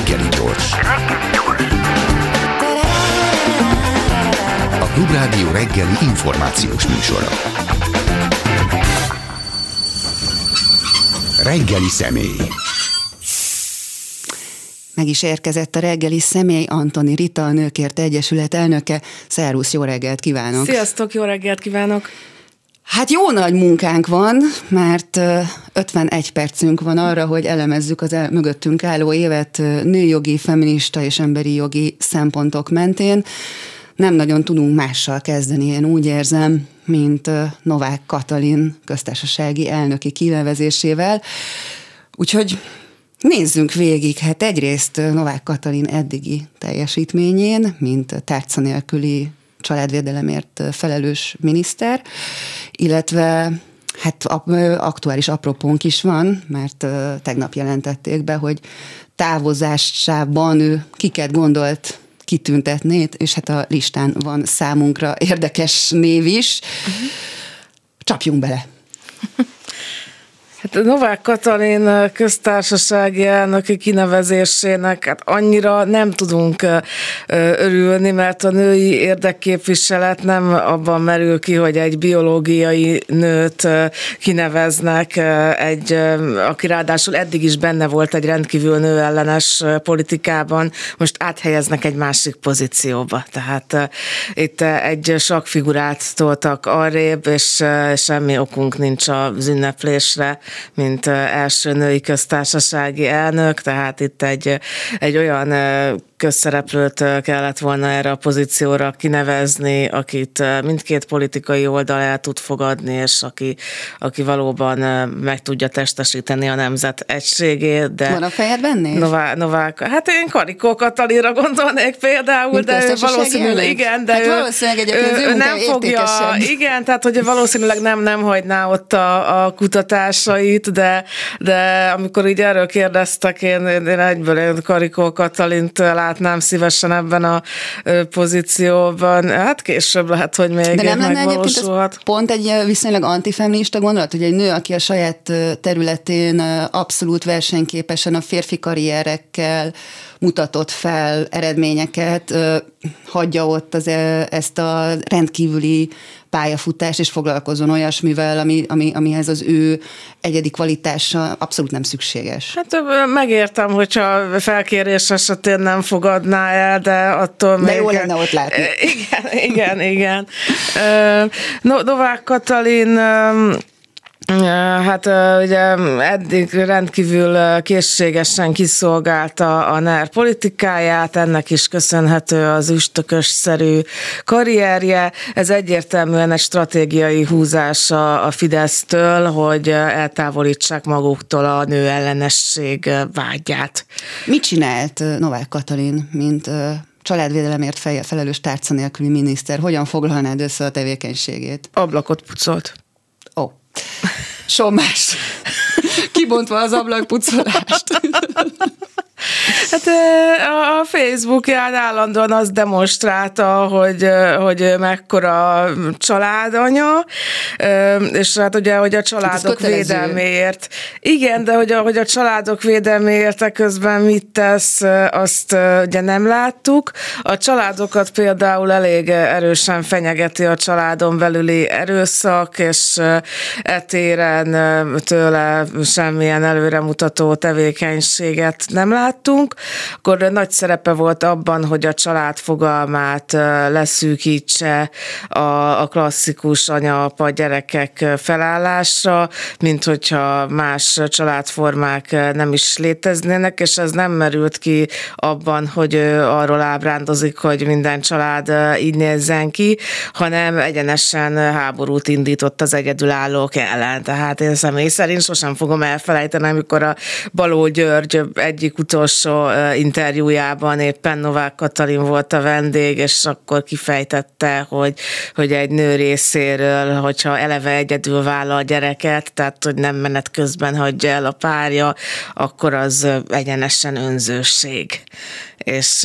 Reggeli gyors. A Klubrádió reggeli információs műsora. Reggeli személy. Meg is érkezett a reggeli személy, Antoni Rita, a Nőkért Egyesület elnöke. Szervusz, jó reggelt kívánok! Sziasztok, jó reggelt kívánok! Hát jó nagy munkánk van, mert 51 percünk van arra, hogy elemezzük az mögöttünk álló évet nőjogi, feminista és emberi jogi szempontok mentén. Nem nagyon tudunk mással kezdeni, én úgy érzem, mint Novák Katalin köztársasági elnöki kinevezésével. Úgyhogy nézzünk végig. Hát egyrészt Novák Katalin eddigi teljesítményén, mint tárca nélküli családvédelemért felelős miniszter, illetve hát aktuális apropónk is van, mert tegnap jelentették be, hogy távozásában ő kiket gondolt kitüntetni, és hát a listán van számunkra érdekes név is. Csapjunk bele! Hát Novák Katalin köztársasági elnöki kinevezésének hát annyira nem tudunk örülni, mert a női érdekképviselet nem abban merül ki, hogy egy biológiai nőt kineveznek, aki ráadásul eddig is benne volt egy rendkívül nőellenes politikában, most áthelyeznek egy másik pozícióba. Tehát itt egy sakkfigurát toltak arrébb, és semmi okunk nincs az ünneplésre, mint első női köztársasági elnök, tehát itt egy olyan közszereplőt kellett volna erre a pozícióra kinevezni, akit mindkét politikai oldal el tud fogadni, és aki valóban meg tudja testesíteni a nemzet egységét. De van a fejedben név? Novák, hát én Karikó Katalinra gondolnék például, mint de valószínűleg igen, de hát valószínűleg ő nem fogja, igen, tehát hogy valószínűleg nem hagyná ott a kutatásait, de amikor így erről kérdeztek, én egyből Karikó Katalint látnám szívesen ebben a pozícióban. Hát később lehet, hogy még de nem lenne megvalósulhat. Pont egy viszonylag antifeminista gondolat, hogy egy nő, aki a saját területén abszolút versenyképesen a férfi karrierekkel mutatott fel eredményeket, hagyja ott ezt a rendkívüli pályafutást, és foglalkozzon olyasmivel, amihez az ő egyedi kvalitása abszolút nem szükséges. Hát megértem, hogyha felkérés esetén nem fogadná el, de attól de még... jó lenne ott látni. Igen. Novák Katalin... Hát ugye eddig rendkívül készségesen kiszolgálta a NER politikáját, ennek is köszönhető az üstökösszerű karrierje. Ez egyértelműen egy stratégiai húzása a Fidesztől, hogy eltávolítsák maguktól a nőellenesség vágyát. Mit csinált Novák Katalin, mint családvédelemért felelős tárca nélküli miniszter? Hogyan foglalnád össze a tevékenységét? Ablakot pucolt. Sommás. Kibontva az ablakpucolást. Hát a Facebookján állandóan azt demonstrálta, hogy mekkora családanya, és hát ugye, hogy a családok védelméért. Igen, de hogy a családok védelméért közben mit tesz, azt ugye nem láttuk. A családokat például elég erősen fenyegeti a családon belüli erőszak, és etéren tőle semmilyen előremutató tevékenységet nem láttunk. Akkor nagy szerepe volt abban, hogy a család fogalmát leszűkítse a klasszikus anya-apa gyerekek felállásra, mint hogyha más családformák nem is léteznének, és ez nem merült ki abban, hogy arról ábrándozik, hogy minden család így nézzen ki, hanem egyenesen háborút indított az egyedülállók ellen. Tehát én személy szerint sosem fogom elfelejteni, amikor a Baló György egyik utolsó interjújában éppen Novák Katalin volt a vendég, és akkor kifejtette, hogy egy nő részéről, hogyha eleve egyedül vállal a gyereket, tehát hogy nem menet közben hagyja el a párja, akkor az egyenesen önzőség. És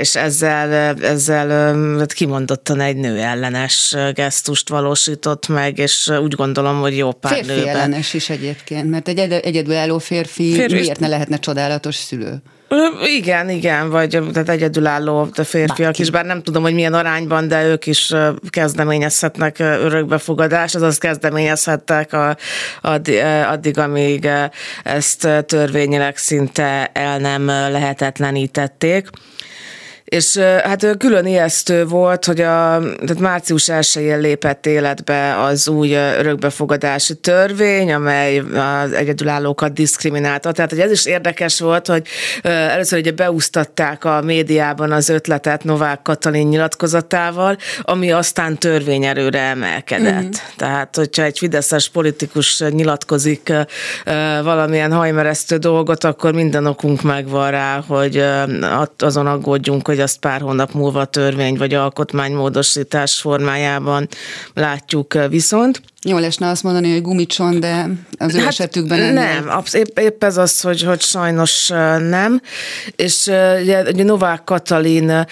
ezzel kimondottan egy nő ellenes gesztust valósított meg, és úgy gondolom, hogy jó pár nőben. Férfi ellenes is egyébként, mert egy egyedülálló férfi miért ne lehetne csodálatos szülő? Igen, vagy tehát egyedülálló férfiak is, bár nem tudom, hogy milyen arányban, de ők is kezdeményezhetnek örökbefogadást, azaz kezdeményezhettek addig, amíg ezt törvényileg szinte el nem lehetetlenítették. És hát külön ijesztő volt, hogy tehát március 1-én lépett életbe az új örökbefogadási törvény, amely az egyedülállókat diszkriminálta. Tehát hogy ez is érdekes volt, hogy először ugye beúsztatták a médiában az ötletet Novák Katalin nyilatkozatával, ami aztán törvényerőre emelkedett. Tehát, hogyha egy fideszes politikus nyilatkozik valamilyen hajmeresztő dolgot, akkor minden okunk megvan rá, hogy azon aggódjunk, hogy azt pár hónap múlva törvény vagy alkotmánymódosítás formájában látjuk viszont. Jól esne azt mondani, hogy gumicsont, de az ő esetükben nem. Épp ez az, hogy sajnos nem. És ugye Novák Katalin,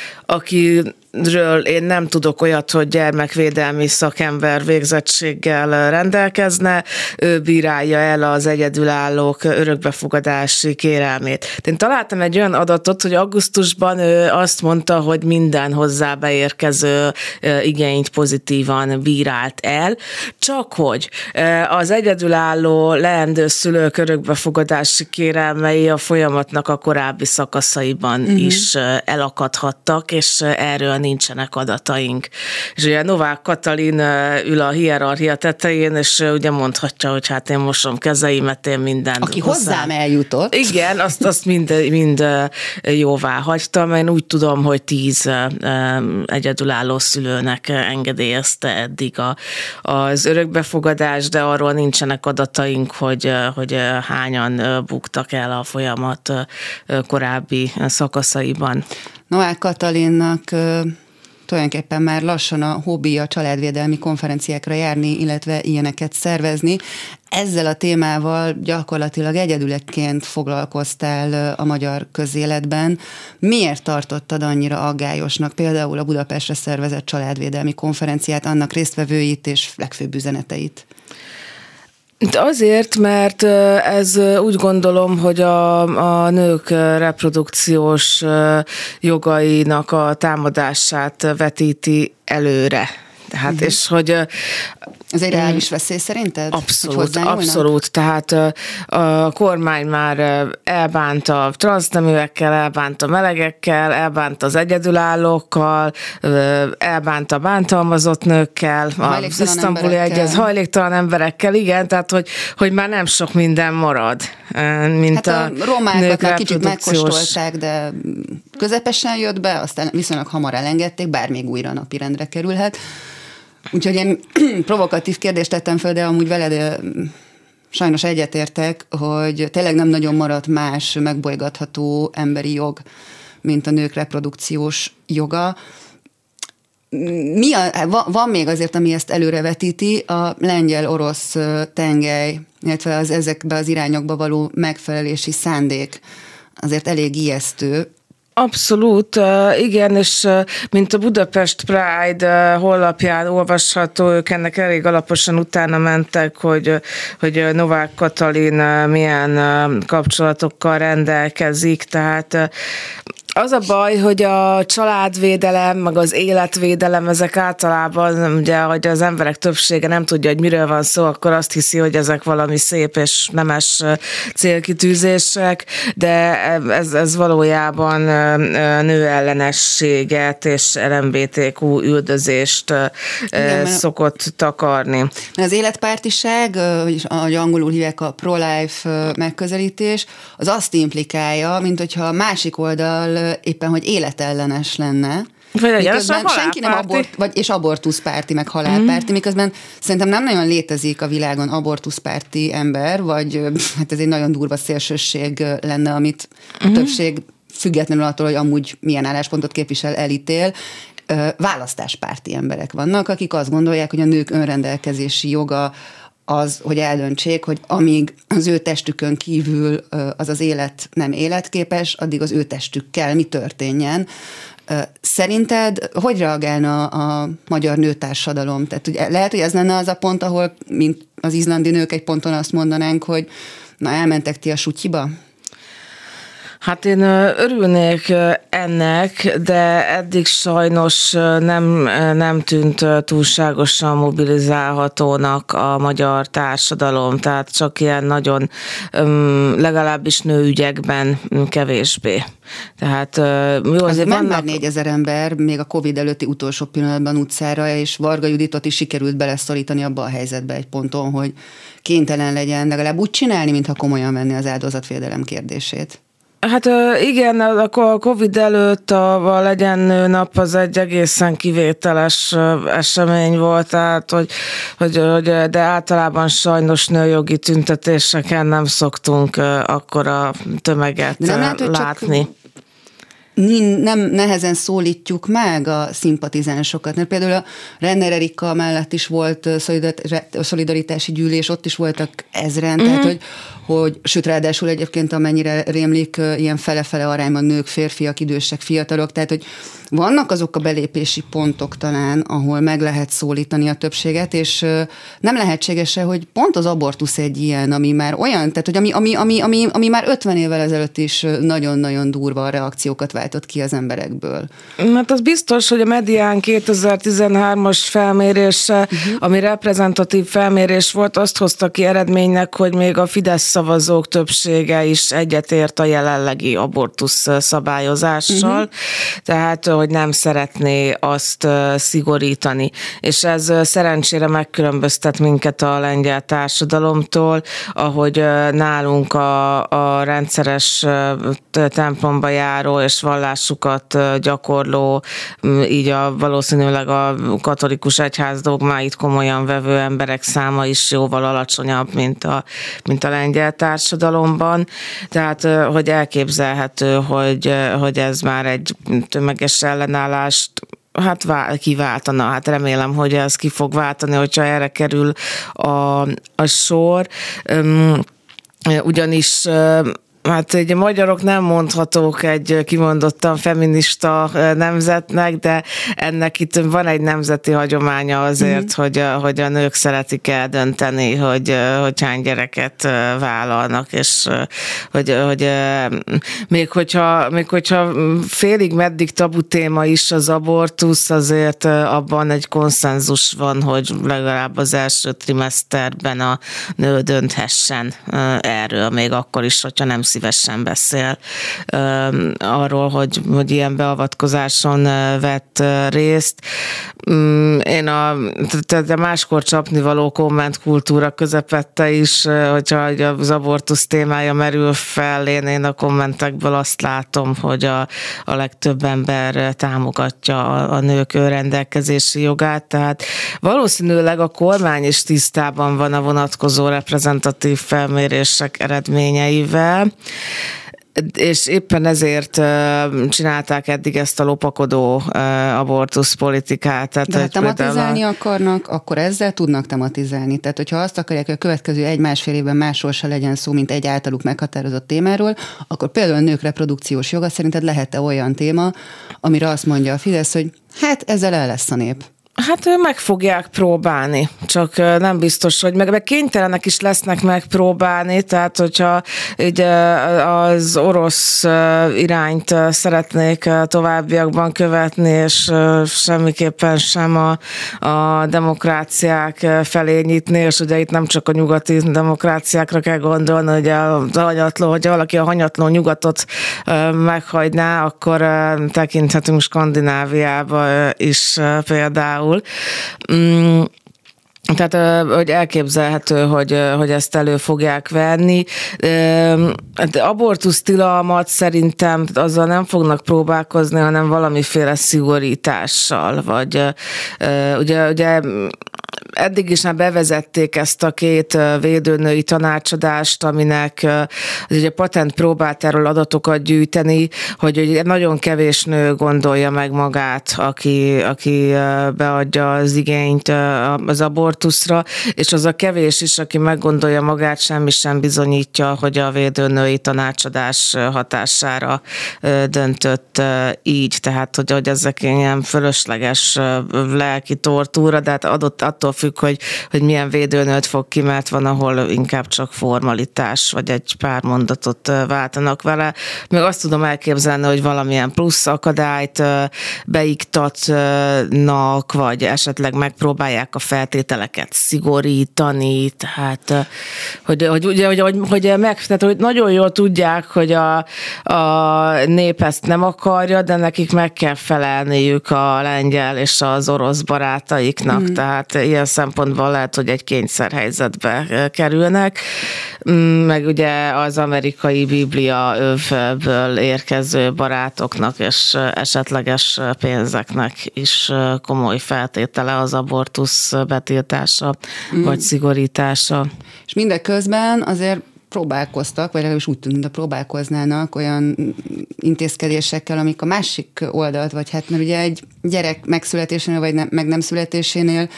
akiről én nem tudok olyat, hogy gyermekvédelmi szakember végzettséggel rendelkezne, ő bírálja el az egyedülállók örökbefogadási kérelmét. Én találtam egy olyan adatot, hogy augusztusban ő azt mondta, hogy minden hozzá beérkező igényt pozitívan bírált el, csak hogy az egyedülálló leendő szülők örökbefogadási kérelmei a folyamatnak a korábbi szakaszaiban is elakadhattak, és erről nincsenek adataink. És ugye Novák Katalin ül a hierarchia tetején, és ugye mondhatja, hogy hát én mosom kezeimet, én mindent. Aki hozzám eljutott. Igen, azt mind jóvá hagytam. Én úgy tudom, hogy 10 egyedülálló szülőnek engedélyezte eddig az örökbefogadás, de arról nincsenek adataink, hogy hányan buktak el a folyamat korábbi szakaszaiban. Novák Katalinnak tulajdonképpen már lassan a hobbija családvédelmi konferenciákra járni, illetve ilyeneket szervezni. Ezzel a témával gyakorlatilag egyedületként foglalkoztál a magyar közéletben. Miért tartottad annyira aggályosnak például a Budapestre szervezett családvédelmi konferenciát, annak résztvevőit és legfőbb üzeneteit? De azért, mert ez úgy gondolom, hogy a nők reprodukciós jogainak a támadását vetíti előre. Tehát, és hogy... Ez egy reális veszély szerinted? Abszolút. Tehát a kormány már elbánta a transzneműekkel, elbánta a melegekkel, elbánta az egyedülállókkal, elbánta a bántalmazott nőkkel, az isztambuli egyez hajléktalan emberekkel, igen, tehát hogy már nem sok minden marad, mint a romákat már kicsit megkóstolták, de közepesen jött be, aztán viszonylag hamar elengedték, bár még újra napirendre kerülhet. Úgyhogy én provokatív kérdést tettem föl, de amúgy veled sajnos egyetértek, hogy tényleg nem nagyon maradt más megbolygatható emberi jog, mint a nők reprodukciós joga. Van még azért, ami ezt előrevetíti, a lengyel-orosz tengely, illetve ezekbe az irányokba való megfelelési szándék azért elég ijesztő. Abszolút, igen, és mint a Budapest Pride honlapján olvasható, ők ennek elég alaposan utána mentek, hogy Novák Katalin milyen kapcsolatokkal rendelkezik, tehát az a baj, hogy a családvédelem, meg az életvédelem, ezek általában, ugye, hogy az emberek többsége nem tudja, hogy miről van szó, akkor azt hiszi, hogy ezek valami szép és nemes célkitűzések, de ez valójában nőellenességet és LMBTQ üldözést szokott takarni. Az életpártiság, ahogy angolul hívják, a pro-life megközelítés, az azt implikálja, mint hogyha a másik oldal éppen, hogy életellenes lenne, miközben senki nem és abortuszpárti, meg halálpárti, miközben szerintem nem nagyon létezik a világon abortuszpárti ember, vagy hát ez egy nagyon durva szélsőség lenne, amit a többség függetlenül attól, hogy amúgy milyen álláspontot képvisel, elítél. Választáspárti emberek vannak, akik azt gondolják, hogy a nők önrendelkezési joga az, hogy eldöntsék, hogy amíg az ő testükön kívül az élet nem életképes, addig az ő testükkel mi történjen. Szerinted hogy reagálna a magyar nőtársadalom? Tehát ugye lehet, hogy ez lenne az a pont, ahol, mint az izlandi nők egy ponton azt mondanánk, hogy na elmentek ti a sutyiba? Hát én örülnék ennek, de eddig sajnos nem tűnt túlságosan mobilizálhatónak a magyar társadalom, tehát csak ilyen nagyon, legalábbis nőügyekben kevésbé. Tehát jó, azért vannak... már 4000 ember még a Covid előtti utolsó pillanatban utcára, és Varga Juditot is sikerült beleszorítani abba a helyzetbe egy ponton, hogy kénytelen legyen legalább úgy csinálni, mintha komolyan venni az áldozatvédelem kérdését. Hát igen, a Covid előtt a Legyen Nő nap az egy egészen kivételes esemény volt, tehát, de általában sajnos nőjogi tüntetéseken nem szoktunk akkora tömeget látni. Nem nehezen szólítjuk meg a szimpatizánsokat, mert például a Renner Erika mellett is volt szolidaritási gyűlés, ott is voltak ezren, tehát hogy sőt, ráadásul egyébként amennyire rémlik, ilyen fele-fele arányban nők, férfiak, idősek, fiatalok, tehát hogy vannak azok a belépési pontok talán, ahol meg lehet szólítani a többséget, és nem lehetséges-e, hogy pont az abortusz egy ilyen, ami már olyan, tehát hogy ami már 50 évvel ezelőtt is nagyon-nagyon durva reakciókat váltott ki az emberekből. Hát az biztos, hogy a Medián 2013-as felmérése, ami reprezentatív felmérés volt, azt hozta ki eredménynek, hogy még a Fidesz szavazók többsége is egyetért a jelenlegi abortusz szabályozással, tehát hogy nem szeretné azt szigorítani. És ez szerencsére megkülönböztet minket a lengyel társadalomtól, ahogy nálunk a rendszeres templomba járó és vallásukat gyakorló, így valószínűleg a katolikus egyház dogmáit komolyan vevő emberek száma is jóval alacsonyabb, mint a lengyel társadalomban. Tehát, hogy elképzelhető, hogy ez már egy tömeges ellenállást kiváltana. Hát remélem, hogy ez ki fog váltani, hogyha erre kerül a sor. Ugyanis hát egy magyarok nem mondhatók egy kimondottan feminista nemzetnek, de ennek itt van egy nemzeti hagyománya azért, hogy a nők szeretik eldönteni, hogy hány gyereket vállalnak, és hogy még hogyha félig meddig tabu téma is az abortusz, azért abban egy konszenzus van, hogy legalább az első trimeszterben a nő dönthessen erről, még akkor is, hogyha nem szívesen beszél arról, hogy ilyen beavatkozáson vett részt. Én a máskor csapnivaló kommentkultúra közepette is, hogyha az abortusz témája merül fel, én a kommentekből azt látom, hogy a legtöbb ember támogatja a nők önrendelkezési jogát, tehát valószínűleg a kormány is tisztában van a vonatkozó reprezentatív felmérések eredményeivel, és éppen ezért csinálták eddig ezt a lopakodó abortuszpolitikát. Tehát, de ha tematizálni akarnak, akkor ezzel tudnak tematizálni. Tehát, hogyha azt akarják, hogy a következő 1-1,5 évben másról se legyen szó, mint egy általuk meghatározott témáról, akkor például a nők reprodukciós joga szerinted lehet-e olyan téma, amire azt mondja a Fidesz, hogy hát ezzel el lesz a nép. Hát meg fogják próbálni, csak nem biztos, hogy meg kénytelenek is lesznek megpróbálni, tehát hogyha így az orosz irányt szeretnék továbbiakban követni, és semmiképpen sem a demokráciák felé nyitni, és ugye itt nem csak a nyugati demokráciákra kell gondolni, hogy valaki a hanyatló nyugatot meghagyná, akkor tekinthetünk Skandináviába is például. Tehát, hogy elképzelhető, hogy ezt elő fogják venni. De abortusz tilalmat szerintem azzal nem fognak próbálkozni, hanem valamiféle szigorítással, vagy ugye eddig is már bevezették ezt a 2 védőnői tanácsadást, aminek ugye Patent próbált erről adatokat gyűjteni, hogy nagyon kevés nő gondolja meg magát, aki beadja az igényt az abortuszra, és az a kevés is, aki meggondolja magát, semmi sem bizonyítja, hogy a védőnői tanácsadás hatására döntött így, tehát hogy ezek ilyen fölösleges lelki tortúra, de hát attól függ, függ, hogy milyen védőnőt fog ki, mert van, ahol inkább csak formalitás, vagy egy pár mondatot váltanak vele. Még azt tudom elképzelni, hogy valamilyen plusz akadályt beiktatnak, vagy esetleg megpróbálják a feltételeket szigorítani, tehát hogy nagyon jól tudják, hogy a nép ezt nem akarja, de nekik meg kell felelniük a lengyel és az orosz barátaiknak, tehát ilyen szempontból lehet, hogy egy kényszerhelyzetbe kerülnek, meg ugye az amerikai Biblia övből érkező barátoknak és esetleges pénzeknek is komoly feltétele az abortusz betiltása vagy szigorítása. És mindeközben azért próbálkoztak, vagy legalábbis úgy tűnt, hogy próbálkoznának olyan intézkedésekkel, amik a másik oldalt, vagy hát mert ugye egy gyerek megszületésénél, vagy meg nem születésénél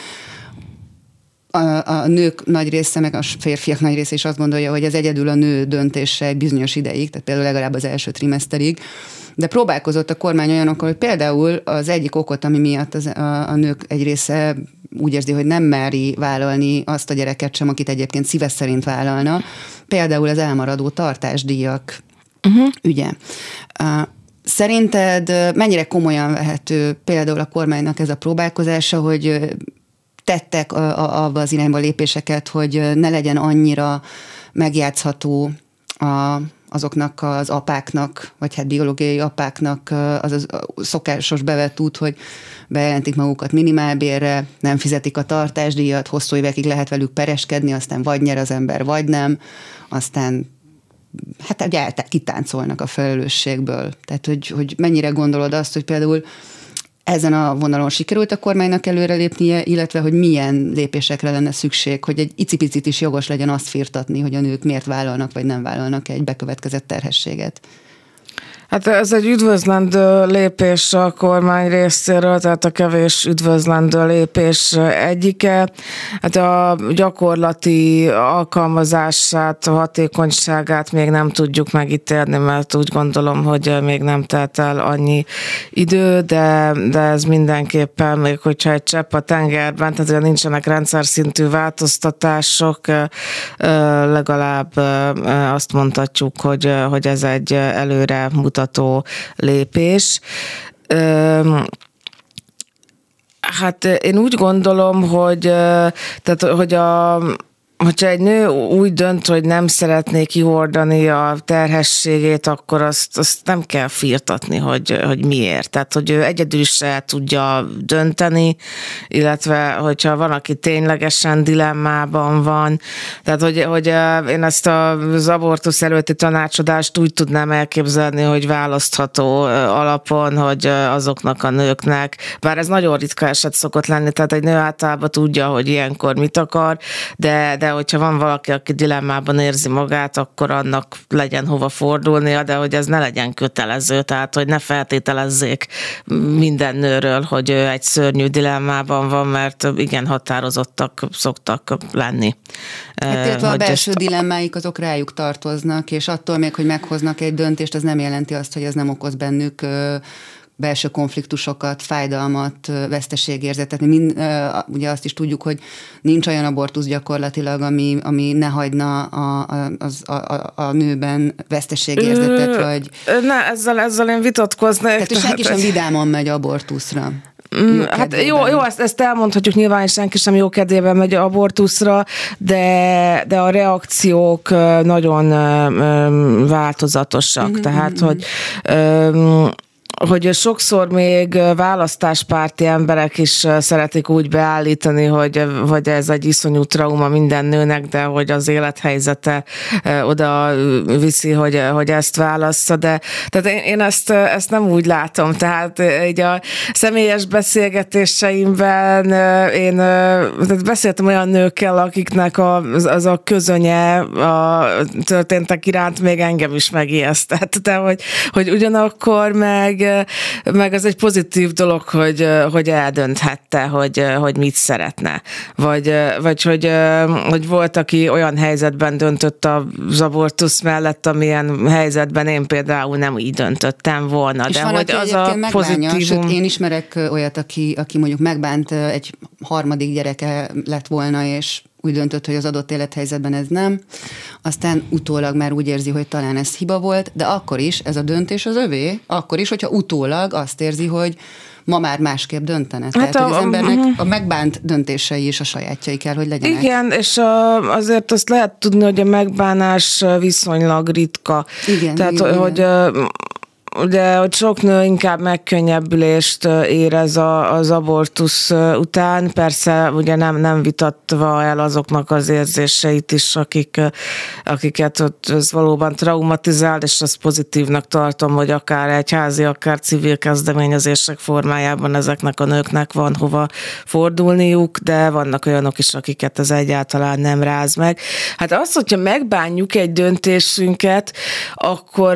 a nők nagy része, meg a férfiak nagy része is azt gondolja, hogy ez egyedül a nő döntése egy bizonyos ideig, tehát például legalább az első trimeszterig, de próbálkozott a kormány olyanokkal, hogy például az egyik okot, ami miatt a nők egy része úgy érzi, hogy nem meri vállalni azt a gyereket sem, akit egyébként szíve szerint vállalna, például az elmaradó tartásdíjak ügye. Szerinted mennyire komolyan vehető például a kormánynak ez a próbálkozása, hogy tettek abba az irányba lépéseket, hogy ne legyen annyira megjátszható azoknak az apáknak, vagy hát biológiai apáknak az a szokásos bevett út, hogy bejelentik magukat minimálbérre, nem fizetik a tartásdíjat, hosszú évekig lehet velük pereskedni, aztán vagy nyer az ember, vagy nem, aztán hát ugye kitáncolnak a felelősségből. Tehát, hogy mennyire gondolod azt, hogy például ezen a vonalon sikerült a kormánynak előrelépnie, illetve hogy milyen lépésekre lenne szükség, hogy egy icipicit is jogos legyen azt firtatni, hogy a nők miért vállalnak, vagy nem vállalnak egy bekövetkezett terhességet. Hát ez egy üdvözlendő lépés a kormány részéről, tehát a kevés üdvözlendő lépés egyike. Hát a gyakorlati alkalmazását, a hatékonyságát még nem tudjuk megítélni, mert úgy gondolom, hogy még nem telt el annyi idő, de ez mindenképpen, még hogyha egy csepp a tengerben, tehát nincsenek rendszer szintű változtatások, legalább azt mondhatjuk, hogy ez egy előre mutató lépés. Hát én úgy gondolom, hogyha egy nő úgy dönt, hogy nem szeretné kihordani a terhességét, akkor azt nem kell firtatni, hogy miért. Tehát, hogy ő egyedül se tudja dönteni, illetve, hogyha van, aki ténylegesen dilemmában van. Tehát, hogy én ezt az abortusz előtti tanácsadást úgy tudnám elképzelni, hogy választható alapon, hogy azoknak a nőknek, bár ez nagyon ritka eset szokott lenni, tehát egy nő általában tudja, hogy ilyenkor mit akar, de hogyha van valaki, aki dilemmában érzi magát, akkor annak legyen hova fordulnia, de hogy ez ne legyen kötelező, tehát hogy ne feltételezzék minden nőről, hogy ő egy szörnyű dilemmában van, mert igen határozottak szoktak lenni. Hát illetve a belső dilemmáik azok rájuk tartoznak, és attól még, hogy meghoznak egy döntést, az nem jelenti azt, hogy ez nem okoz bennük belső konfliktusokat, fájdalmat, veszteségérzetet. Ugye azt is tudjuk, hogy nincs olyan abortusz gyakorlatilag, ami ne hagyna a nőben veszteségérzetet, vagy... Ezzel én vitatkoznék. Tehát senki sem vidáman megy abortuszra. Hát jó, ezt elmondhatjuk, nyilván senki sem jó kedvében megy abortuszra, de a reakciók nagyon változatosak. Tehát, hogy sokszor még választáspárti emberek is szeretik úgy beállítani, hogy ez egy iszonyú trauma minden nőnek, de hogy az élethelyzete oda viszi, hogy ezt válassza, de tehát én ezt nem úgy látom, tehát így a személyes beszélgetéseimben én beszéltem olyan nőkkel, akiknek az a közönye a történtek iránt még engem is megijesztett, de hogy ugyanakkor meg meg az egy pozitív dolog, hogy eldönthette, hogy mit szeretne. Vagy hogy volt, aki olyan helyzetben döntött az abortusz mellett, amilyen helyzetben én például nem így döntöttem volna. És de van, hogy az a pozitívum... Én ismerek olyat, aki mondjuk megbánt, egy harmadik gyereke lett volna, és úgy döntött, hogy az adott élethelyzetben ez nem. Aztán utólag már úgy érzi, hogy talán ez hiba volt, de akkor is ez a döntés az övé, akkor is, hogyha utólag azt érzi, hogy ma már másképp döntene. Tehát, hogy az embernek a megbánt döntései is a sajátjai kell, hogy legyenek. Igen, és azért azt lehet tudni, hogy a megbánás viszonylag ritka. Igen, tehát, igen, hogy igen. Ugye, hogy sok nő inkább megkönnyebbülést érez az abortusz után, persze ugye nem vitatva el azoknak az érzéseit is, akiket ott ez valóban traumatizál, és azt pozitívnak tartom, hogy akár egyházi, akár civil kezdeményezések formájában ezeknek a nőknek van hova fordulniuk, de vannak olyanok is, akiket ez egyáltalán nem ráz meg. Hát azt, hogyha megbánjuk egy döntésünket, akkor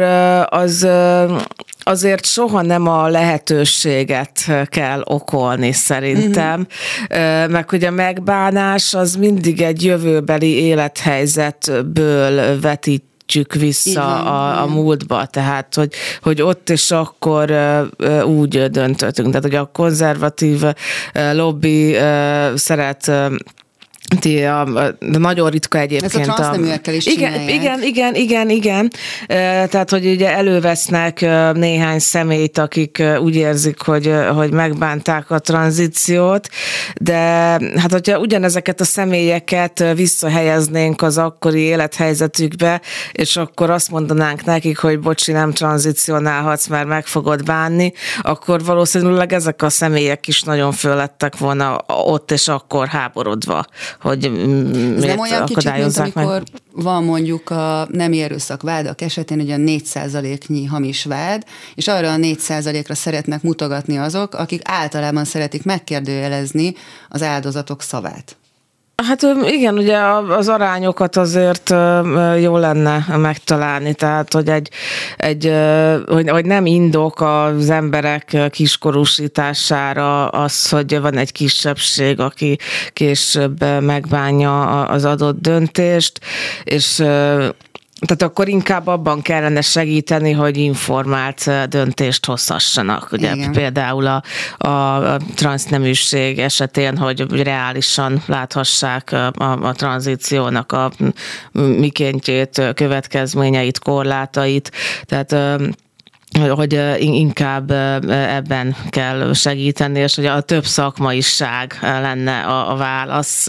azért soha nem a lehetőséget kell okolni szerintem, meg hogy a megbánás az mindig egy jövőbeli élethelyzetből vetít vissza a múltba, tehát, hogy ott és akkor úgy döntöttünk. Tehát, hogy a konzervatív lobby szeret de nagyon ritka egyébként. Ez a transzneműekkel is csinálják. Igen. Tehát, hogy ugye elővesznek néhány személyt, akik úgy érzik, hogy megbánták a tranzíciót, de hát, hogyha ugyanezeket a személyeket visszahelyeznénk az akkori élethelyzetükbe, és akkor azt mondanánk nekik, hogy bocsi, nem tranzícionálhatsz, mert meg fogod bánni, akkor valószínűleg ezek a személyek is nagyon föllettek volna ott és akkor háborodva, hogy miért akadályozzák meg. Amikor van mondjuk a nemi erőszak vádak esetén ugye 4%-nyi hamis vád, és arra a 4%-ra szeretnek mutogatni azok, akik általában szeretik megkérdőjelezni az áldozatok szavát. Hát igen, ugye az arányokat azért jó lenne megtalálni, tehát hogy nem indok az emberek kiskorúsítására az, hogy van egy kisebbség, aki később megbánja az adott döntést, és tehát akkor inkább abban kellene segíteni, hogy informált döntést hozhassanak. Ugye például a transzneműség esetén, hogy reálisan láthassák a tranzíciónak a mikéntjét, következményeit, korlátait. Tehát hogy inkább ebben kell segíteni, és hogy a több szakmaiság lenne a válasz,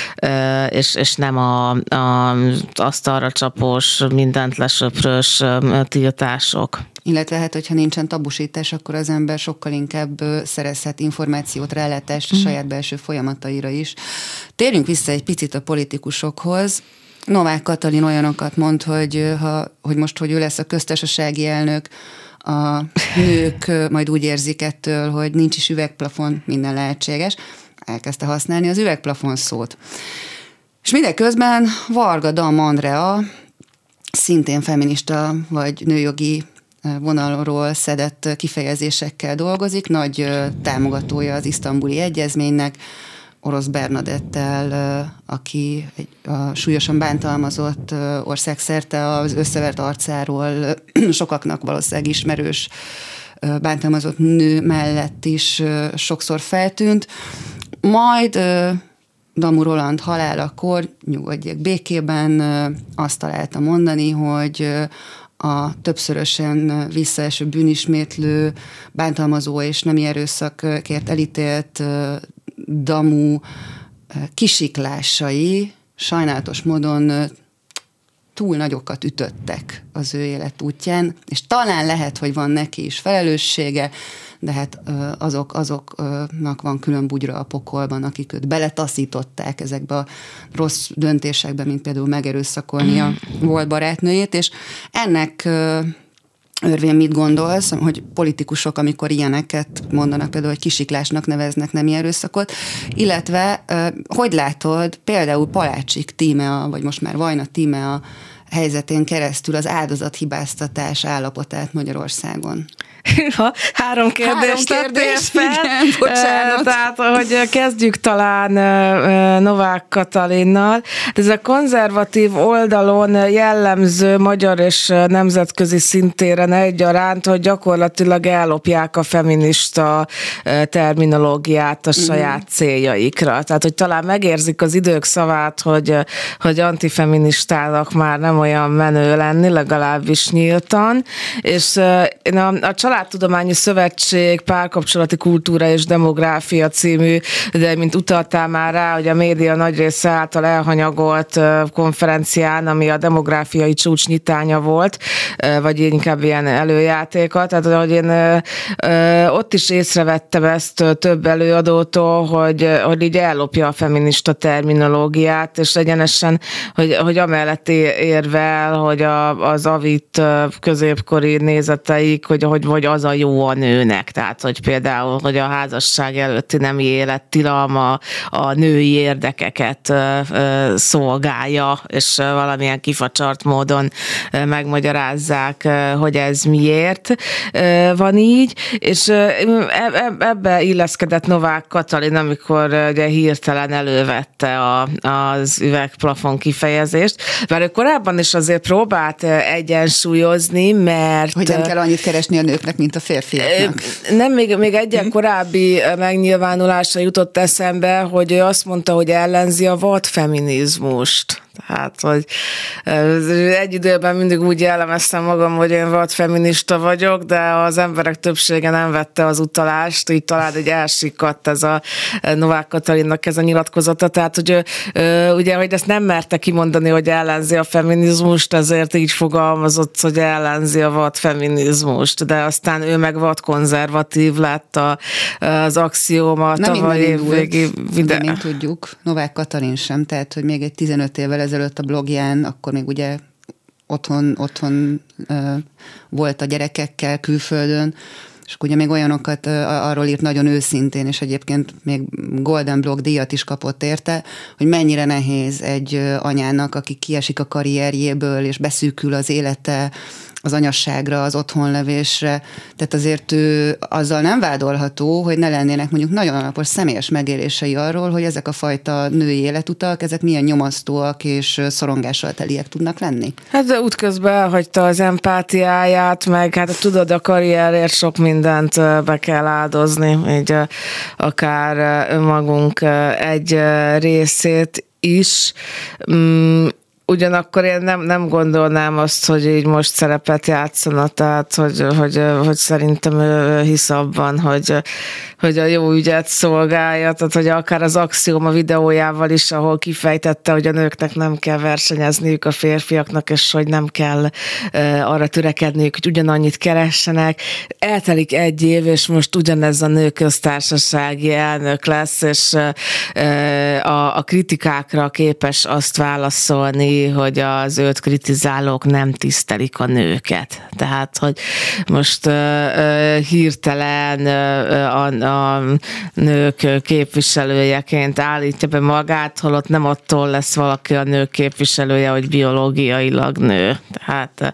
és nem az asztalra csapós, mindent lesöprős tiltások. Illetve hát, hogyha nincsen tabusítás, akkor az ember sokkal inkább szerezhet információt, rálátást a saját belső folyamataira is. Térjünk vissza egy picit a politikusokhoz. Novák Katalin olyanokat mond, hogy most, hogy ő lesz a köztársasági elnök, a nők majd úgy érzik ettől, hogy nincs is üvegplafon, minden lehetséges. Elkezdte használni az üvegplafon szót. És mindeközben Varga Dam Andrea, szintén feminista vagy nőjogi vonalról szedett kifejezésekkel dolgozik, nagy támogatója az isztambuli egyezménynek, Orosz Bernadettel, aki a súlyosan bántalmazott országszerte az összevert arcáról sokaknak valószínűleg ismerős bántalmazott nő mellett is sokszor feltűnt. Majd Damu Roland halálakor, nyugodjék békében, azt találta mondani, hogy a többszörösen visszaeső bűnismétlő, bántalmazó és nemi erőszakért elítélt Damu kisiklásai sajnálatos módon túl nagyokat ütöttek az ő életútján, és talán lehet, hogy van neki is felelőssége, de hát azoknak van külön bugyra a pokolban, akik őt beletaszították ezekbe a rossz döntésekbe, mint például megerőszakolni a volt barátnőjét, és ennek Örvén, mit gondolsz, hogy politikusok, amikor ilyeneket mondanak, például, hogy kisiklásnak neveznek nemi erőszakot, illetve hogy látod például Palácsik Tímea, vagy most már Vajna Tímea helyzetén keresztül az áldozathibáztatás állapotát Magyarországon? Három kérdést tettél fel. Igen, bocsánat. Tehát, hogy kezdjük talán Novák Katalinnal. Ez a konzervatív oldalon jellemző magyar és nemzetközi szintéren egyaránt, hogy gyakorlatilag ellopják a feminista terminológiát a saját céljaikra. Tehát, hogy talán megérzik az idők szavát, hogy antifeministának már nem olyan menő lenni, legalábbis nyíltan. És a Családtudományi Szövetség Párkapcsolati Kultúra és Demográfia című, de mint utaltál már rá, hogy a média nagy része által elhanyagolt konferencián, ami a demográfiai csúcs nyitánya volt, vagy inkább ilyen előjátéka, tehát hogy én ott is észrevettem ezt több előadótól, hogy így ellopja a feminista terminológiát, és egyenesen, hogy amellett érvel, hogy az avit középkori nézeteik, hogy az a jó a nőnek. Tehát, hogy például, hogy a házasság előtti nemi élettilalma a női érdekeket szolgálja, és valamilyen kifacsart módon megmagyarázzák, hogy ez miért van így, és ebbe illeszkedett Novák Katalin, amikor ugye hirtelen elővette az üvegplafon kifejezést, mert ő korábban is azért próbált egyensúlyozni, mert... Hogy nem kell annyit keresni a nőknek, mint a férfiaknak. Nem, még egy korábbi megnyilvánulása jutott eszembe, hogy ő azt mondta, hogy ellenzi a vadfeminizmust. Tehát, hogy egy időben mindig úgy jellemeztem magam, hogy én vadfeminista vagyok, de az emberek többsége nem vette az utalást, így talán egy elsikadt ez a Novák Katalinnak ez a nyilatkozata. Tehát, hogy ugye, hogy ezt nem merte kimondani, hogy ellenzi a feminizmust, ezért így fogalmazott, hogy ellenzi a vadfeminizmust, de aztán ő meg vadkonzervatív lett az axióma tavaly évvégi videó. Mint tudjuk, Novák Katalin sem, tehát, hogy még egy 15 évvel ezelőtt a blogján, akkor még ugye otthon volt a gyerekekkel külföldön, és ugye még olyanokat arról írt nagyon őszintén, és egyébként még Golden Blog díjat is kapott érte, hogy mennyire nehéz egy anyának, aki kiesik a karrierjéből, és beszűkül az élete az anyasságra, az otthonlevésre. Tehát azért ő azzal nem vádolható, hogy ne lennének mondjuk nagyon alapos személyes megélései arról, hogy ezek a fajta női életutak, ezek milyen nyomasztóak és szorongással teliek tudnak lenni. Hát de útközben elhagyta az empátiáját, meg hát tudod, a karrierért sok mindent be kell áldozni, így akár önmagunk egy részét is. Ugyanakkor én nem gondolnám azt, hogy így most szerepet játszana, tehát hogy szerintem ő hisz abban, hogy a jó ügyet szolgálja, tehát hogy akár az Axioma videójával is, ahol kifejtette, hogy a nőknek nem kell versenyezniük a férfiaknak, és hogy nem kell arra törekedniük, hogy ugyanannyit keressenek. Eltelik egy év, és most ugyanez a nő köztársasági elnök lesz, és a kritikákra képes azt válaszolni, hogy az őt kritizálók nem tisztelik a nőket. Tehát, hogy most hirtelen a nők képviselőjeként állítja be magát, holott nem attól lesz valaki a nők képviselője, hogy biológiailag nő. Tehát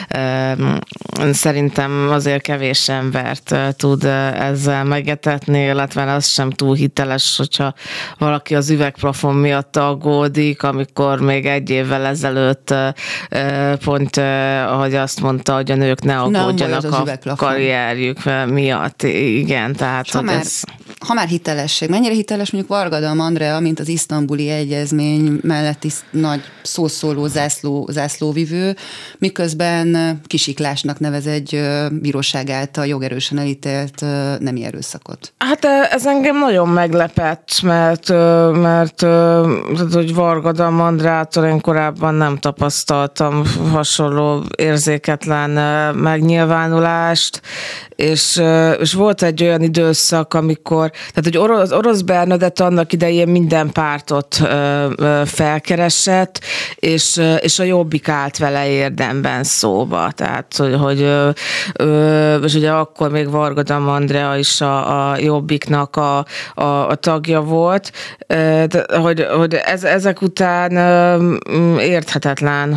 szerintem azért kevés embert tud ezzel megetetni, illetve az sem túl hiteles, hogyha valaki az üvegplafon miatt aggódik, amikor még egy évvel ezelőtt pont, ahogy azt mondta, hogy a nők ne aggódjanak a karrierjük miatt. Igen, tehát ha már hitelesség, mennyire hiteles mondjuk Vargadalm Andrea, mint az isztambuli egyezmény melletti nagy szószóló zászlóvivő, miközben kisiklásnak nevez egy bíróság által jogerősen elítélt nemi erőszakot. Hát ez engem nagyon meglepett, mert hogy Vargadalm Andreától én korábban nem tapasztaltam hasonló érzéketlen megnyilvánulást, és volt egy olyan időszak, amikor, tehát hogy Orosz Bernadett annak idején minden pártot felkeresett, és a Jobbik állt vele érdemben szóba. Tehát, és ugye akkor még Varga Andrea is a Jobbiknak a tagja volt, hogy ezek után érthetetlen,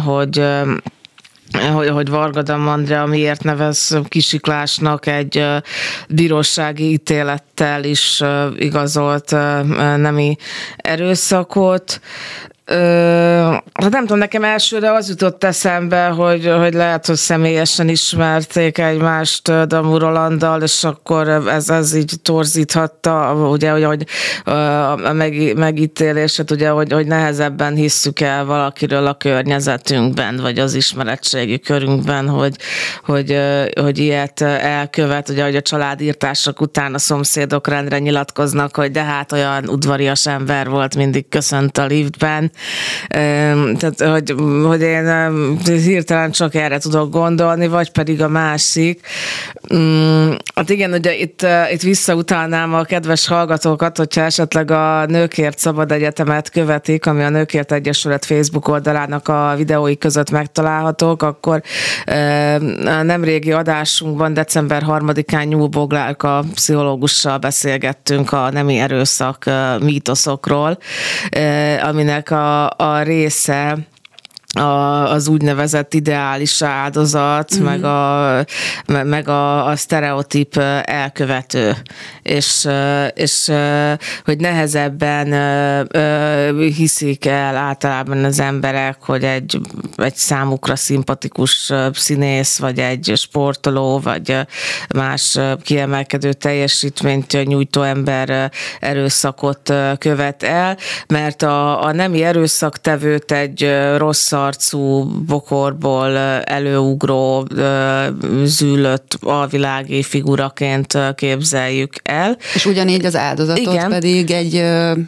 hogy Varga Andrea miért nevez kisiklásnak egy bírósági ítélettel is igazolt nemi erőszakot. Hát nem tudom, nekem elsőre az jutott eszembe, hogy lehet, hogy személyesen ismerték egymást Damú Rolanddal, és akkor ez így torzíthatta, ugye, hogy a megítélését, ugye, hogy nehezebben hisszük el valakiről a környezetünkben, vagy az ismeretségi körünkben, hogy ilyet elkövet, ugye, hogy a családírtások után a szomszédok rendre nyilatkoznak, hogy de hát olyan udvarias ember volt, mindig köszönt a liftben. Tehát, hogy én hirtelen csak erre tudok gondolni, vagy pedig a másik. Hát igen, ugye itt visszautalnám a kedves hallgatókat, hogyha esetleg a Nőkért Szabad Egyetemet követik, ami a Nőkért Egyesület Facebook oldalának a videói között megtalálhatók, akkor a nemrégi adásunkban december 3-án Nyúl Boglárka pszichológussal beszélgettünk a nemi erőszak mítoszokról, aminek a része az úgynevezett ideális áldozat, meg a sztereotíp elkövető, és hogy nehezebben hiszik el általában az emberek, hogy egy számukra szimpatikus színész, vagy egy sportoló, vagy más kiemelkedő teljesítményt nyújtó ember erőszakot követ el, mert a nemi erőszaktevőt egy rossz arcú, bokorból előugró, zűlött alvilági figuraként képzeljük el. És ugyanígy az áldozatot pedig egy...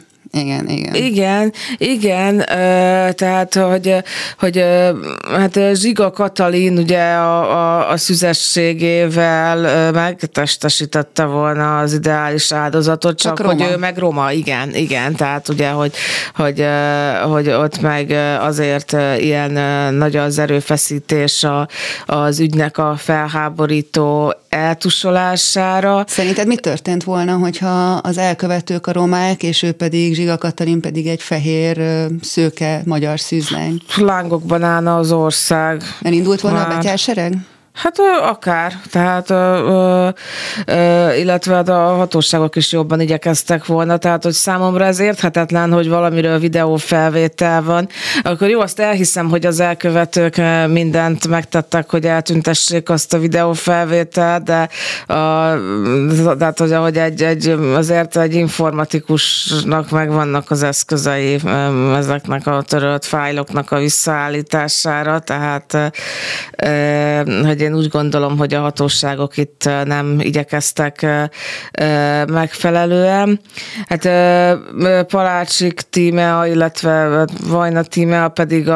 Igen, tehát, hogy hát Zsiga Katalin ugye a szüzességével megtestesítette volna az ideális áldozatot, csak hogy ő meg roma, igen, tehát ugye, hogy ott meg azért ilyen nagy az erőfeszítés az ügynek a felháborító eltusolására. Szerinted mi történt volna, hogyha az elkövetők a romák, és ő pedig, Zsiga Katalin pedig egy fehér, szőke magyar szűzlány? Lángokban állna az ország. Elindult volna a betyársereg? Hát akár, tehát illetve a hatóságok is jobban igyekeztek volna, tehát hogy számomra ez érthetetlen, hogy valamiről videófelvétel van. Akkor jó, azt elhiszem, hogy az elkövetők mindent megtettek, hogy eltüntessék azt a videófelvételt, de tehát, hogy azért egy informatikusnak megvannak az eszközei ezeknek a törölt fájloknak a visszaállítására, tehát hogy én úgy gondolom, hogy a hatóságok itt nem igyekeztek megfelelően. Hát Palácsik Tímea, illetve Vajna Tímea pedig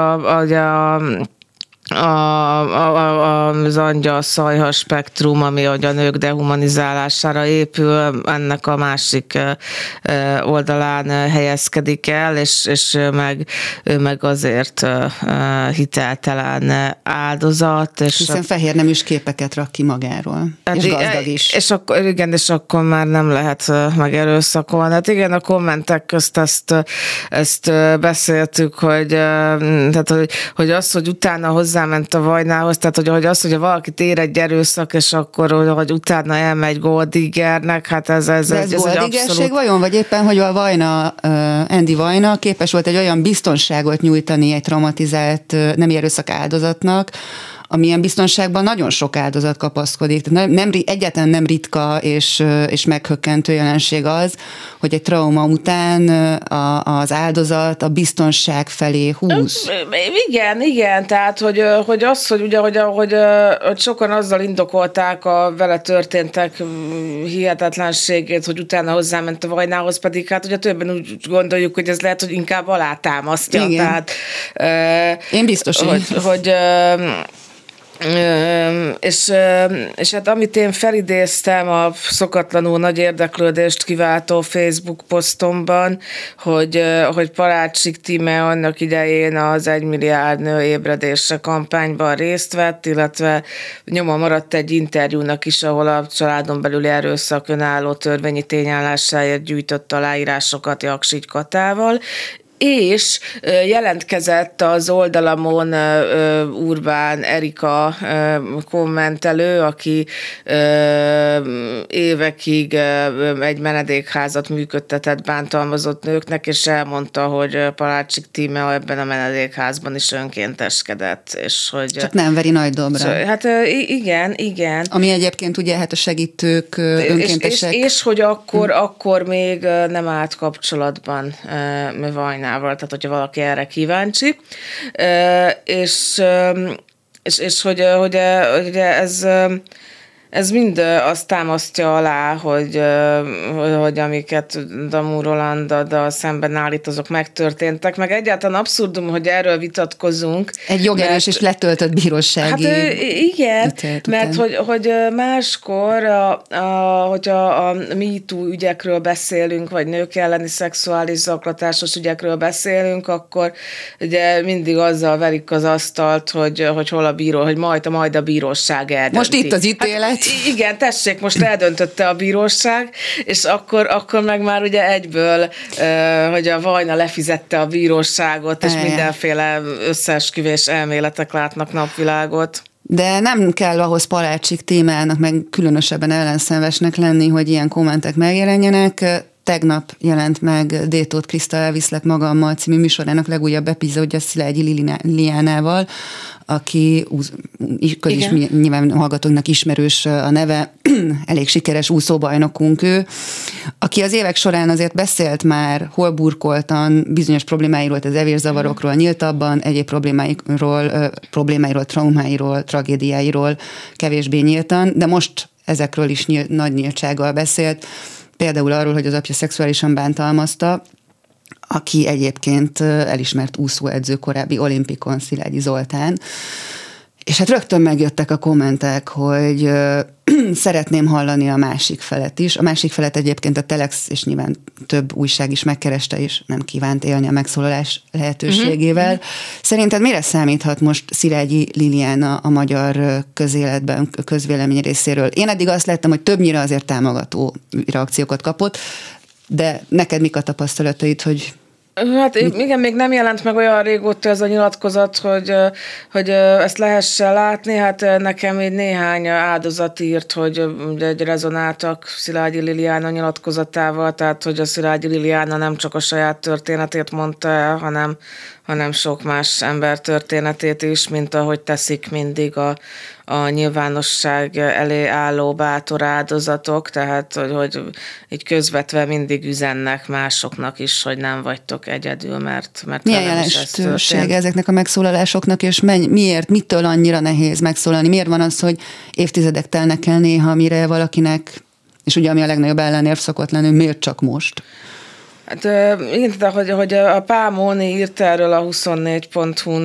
az angyal szajha spektrum, ami a nők dehumanizálására épül, ennek a másik oldalán helyezkedik el, és ő meg azért hiteltelen áldozat. Hiszen fehér neműs képeket rak ki magáról, és gazdag is. És akkor már nem lehet megerőszakolni. Hát igen, a kommentek közt ezt beszéltük, hogy az, hogy utána hozzáment a Vajnához, tehát hogy az, hogy valakit ér egy erőszak, és akkor, hogy utána elmegy golddiggernek, hát ez golddiggerség vajon, vagy éppen, hogy a Vajna, Andy Vajna képes volt egy olyan biztonságot nyújtani egy traumatizált nemi erőszak áldozatnak, amilyen biztonságban nagyon sok áldozat kapaszkodik. Egyáltalán nem ritka és meghökkentő jelenség az, hogy egy trauma után az áldozat a biztonság felé húz. Igen, tehát hogy sokan azzal indokolták a vele történtek hihetetlenségét, hogy utána hozzáment a Vajnához, pedig hát ugye többen úgy gondoljuk, hogy ez lehet, hogy inkább alátámasztja. Igen. Tehát, én biztos, És hát amit én felidéztem a szokatlanul nagy érdeklődést kiváltó Facebook posztomban, hogy Palácsik Tíme annak idején az 1 milliárd nő ébredésre kampányban részt vett, illetve nyoma maradt egy interjúnak is, ahol a családon belüli erőszak önálló törvényi tényállásáért gyűjtött aláírásokat Jaksich Katával, és jelentkezett az oldalamon Urbán Erika kommentelő, aki évekig egy menedékházat működtetett bántalmazott nőknek, és elmondta, hogy Palácsik Tíme ebben a menedékházban is önkénteskedett. És hogy, csak nem veri nagy dobra. Hát igen. Ami egyébként ugye hát a segítők önkéntesek. És hogy akkor még nem állt kapcsolatban Vajnával, tehát hogyha valaki erre kíváncsi. És hogy ez mind azt támasztja alá, hogy amiket Damú Rolanda szemben állít, azok megtörténtek, meg egyáltalán abszurdum, hogy erről vitatkozunk. Egy jogerős és letöltött bírósági. Hát igen, mert hogy máskor, hogyha a MeToo ügyekről beszélünk, vagy nők elleni szexuális zaklatásos ügyekről beszélünk, akkor ugye mindig azzal verik az asztalt, hogy hol a bíró, hogy majd a bíróság eldönti. Most itt az ítélet. Hát, igen, tessék, most eldöntötte a bíróság, és akkor meg már ugye egyből, hogy a Vajna lefizette a bíróságot, és mindenféle összeesküvés elméletek látnak napvilágot. De nem kell ahhoz Palácsik Tímának, meg különösebben ellenszenvesnek lenni, hogy ilyen kommentek megjelenjenek. Tegnap jelent meg D. Tóth Kriszta Elviszlek magammal című műsorának legújabb epizódja Szilágyi Liliánával, aki nyilván hallgatóknak ismerős a neve, elég sikeres úszóbajnokunk ő, aki az évek során azért beszélt már hol burkoltan bizonyos problémáiról, az evérzavarokról nyíltabban, egyéb problémáiról, traumáiról, tragédiáiról kevésbé nyíltan, de most ezekről is nagy nyíltsággal beszélt, például arról, hogy az apja szexuálisan bántalmazta, aki egyébként elismert úszóedző, korábbi olimpikon, Szilágyi Zoltán. És hát rögtön megjöttek a kommentek, hogy szeretném hallani a másik felet is. A másik felet egyébként a Telex, és nyilván több újság is megkereste, és nem kívánt élni a megszólalás lehetőségével. Szerinted mire számíthat most Szilágyi Liliana a magyar közéletben, közvélemény részéről? Én eddig azt láttam, hogy többnyire azért támogató reakciókat kapott, de neked mik a tapasztalataid, hogy... Hát igen, még nem jelent meg olyan régóta ez a nyilatkozat, hogy ezt lehessen látni. Hát nekem így néhány áldozat írt, hogy rezonáltak Szilágyi Liliana nyilatkozatával, tehát hogy a Szilágyi Liliana nem csak a saját történetét mondta el, hanem sok más ember történetét is, mint ahogy teszik mindig a nyilvánosság elé álló bátor áldozatok, tehát hogy így közvetve mindig üzennek másoknak is, hogy nem vagytok egyedül, mert milyen jelentősége ezeknek a megszólalásoknak, és miért, mitől annyira nehéz megszólalni? Miért van az, hogy évtizedek telnek el néha, mire valakinek, és ugye ami a legnagyobb ellenérv szokott lenni, miért csak most? Hát igen, hogy a Pál Móni írt erről a 24.hu-n